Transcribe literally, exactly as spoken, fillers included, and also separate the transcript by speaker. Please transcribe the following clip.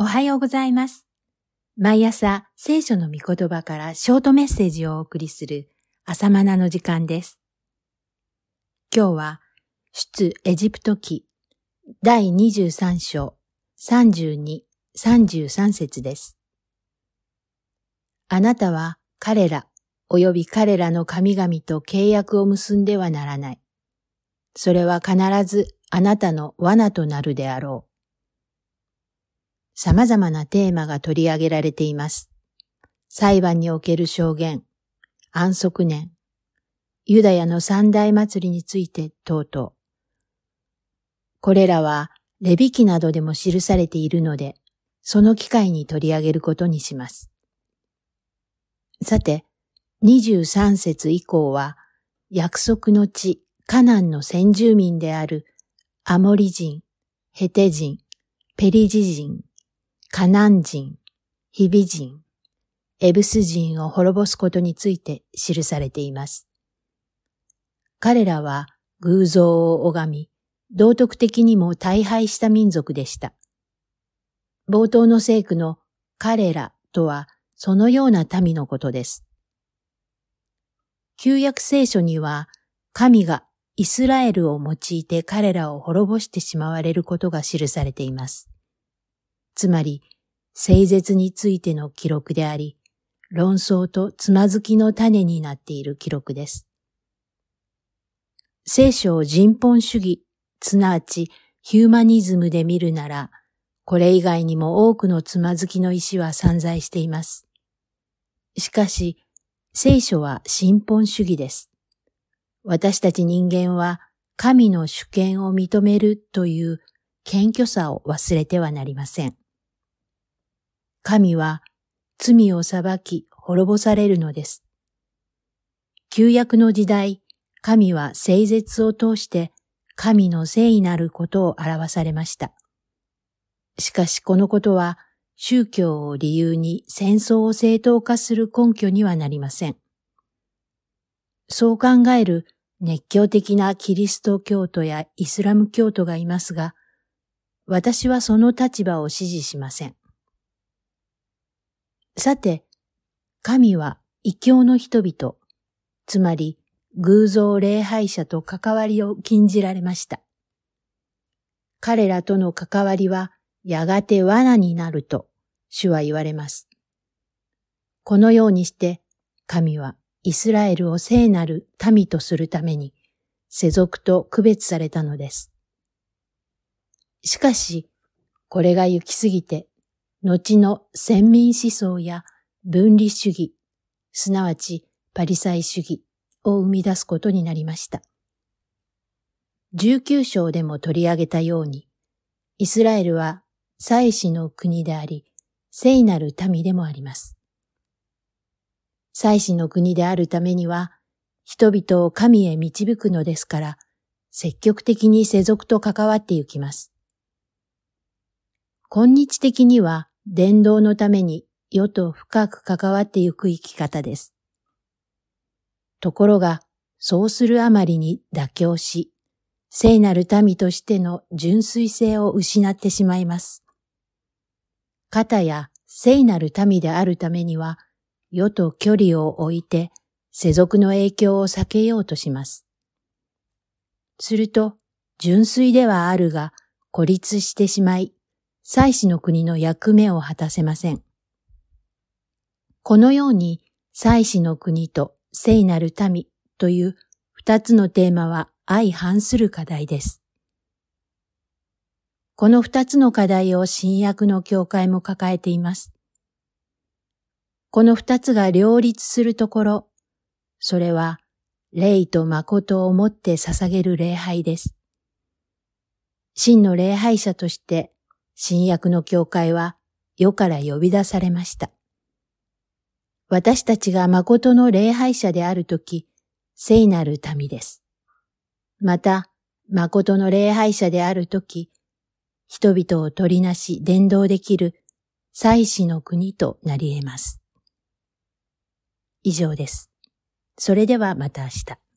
Speaker 1: おはようございます。毎朝聖書の御言葉からショートメッセージをお送りする朝マナの時間です。今日は出エジプト記だいにじゅうさん章さんじゅうに、さんじゅうさん節です。あなたは彼ら及び彼らの神々と契約を結んではならない。それは必ずあなたの罠となるであろう。様々なテーマが取り上げられています。裁判における証言、安息年、ユダヤの三大祭りについて等々。これらはレビ記などでも記されているので、その機会に取り上げることにします。さて、にじゅうさん節以降は、約束の地、カナンの先住民であるアモリ人、ヘテ人、ペリジ人、カナン人、ヒビ人、エブス人を滅ぼすことについて記されています。彼らは偶像を拝み、道徳的にも大敗した民族でした。冒頭の聖句の彼らとはそのような民のことです。旧約聖書には神がイスラエルを用いて彼らを滅ぼしてしまわれることが記されています。つまり、聖絶についての記録であり、論争とつまずきの種になっている記録です。聖書を人本主義、すなわちヒューマニズムで見るなら、これ以外にも多くのつまずきの石は散在しています。しかし、聖書は真本主義です。私たち人間は神の主権を認めるという謙虚さを忘れてはなりません。神は罪を裁き滅ぼされるのです。旧約の時代、神は聖絶を通して神の聖なることを表されました。しかしこのことは宗教を理由に戦争を正当化する根拠にはなりません。そう考える熱狂的なキリスト教徒やイスラム教徒がいますが、私はその立場を支持しません。さて、神は異教の人々、つまり偶像礼拝者と関わりを禁じられました。彼らとの関わりはやがて罠になると主は言われます。このようにして神はイスラエルを聖なる民とするために世俗と区別されたのです。しかし、これが行き過ぎて、後の先民思想や分離主義、すなわちパリサイ主義を生み出すことになりました。じゅうきゅう章でも取り上げたように、イスラエルは祭司の国であり、聖なる民でもあります。祭司の国であるためには、人々を神へ導くのですから、積極的に世俗と関わってゆきます。今日的には、伝道のために世と深く関わってゆく生き方です。ところが、そうするあまりに妥協し、聖なる民としての純粋性を失ってしまいます。かたや聖なる民であるためには、世と距離を置いて世俗の影響を避けようとします。すると、純粋ではあるが孤立してしまい、祭司の国の役目を果たせません。このように祭司の国と聖なる民という二つのテーマは相反する課題です。この二つの課題を新約の教会も抱えています。この二つが両立するところ、それは霊と誠をもって捧げる礼拝です。真の礼拝者として新約の教会は世から呼び出されました。私たちが誠の礼拝者であるとき、聖なる民です。また、誠の礼拝者であるとき、人々を取りなし伝道できる祭司の国となり得ます。以上です。それではまた明日。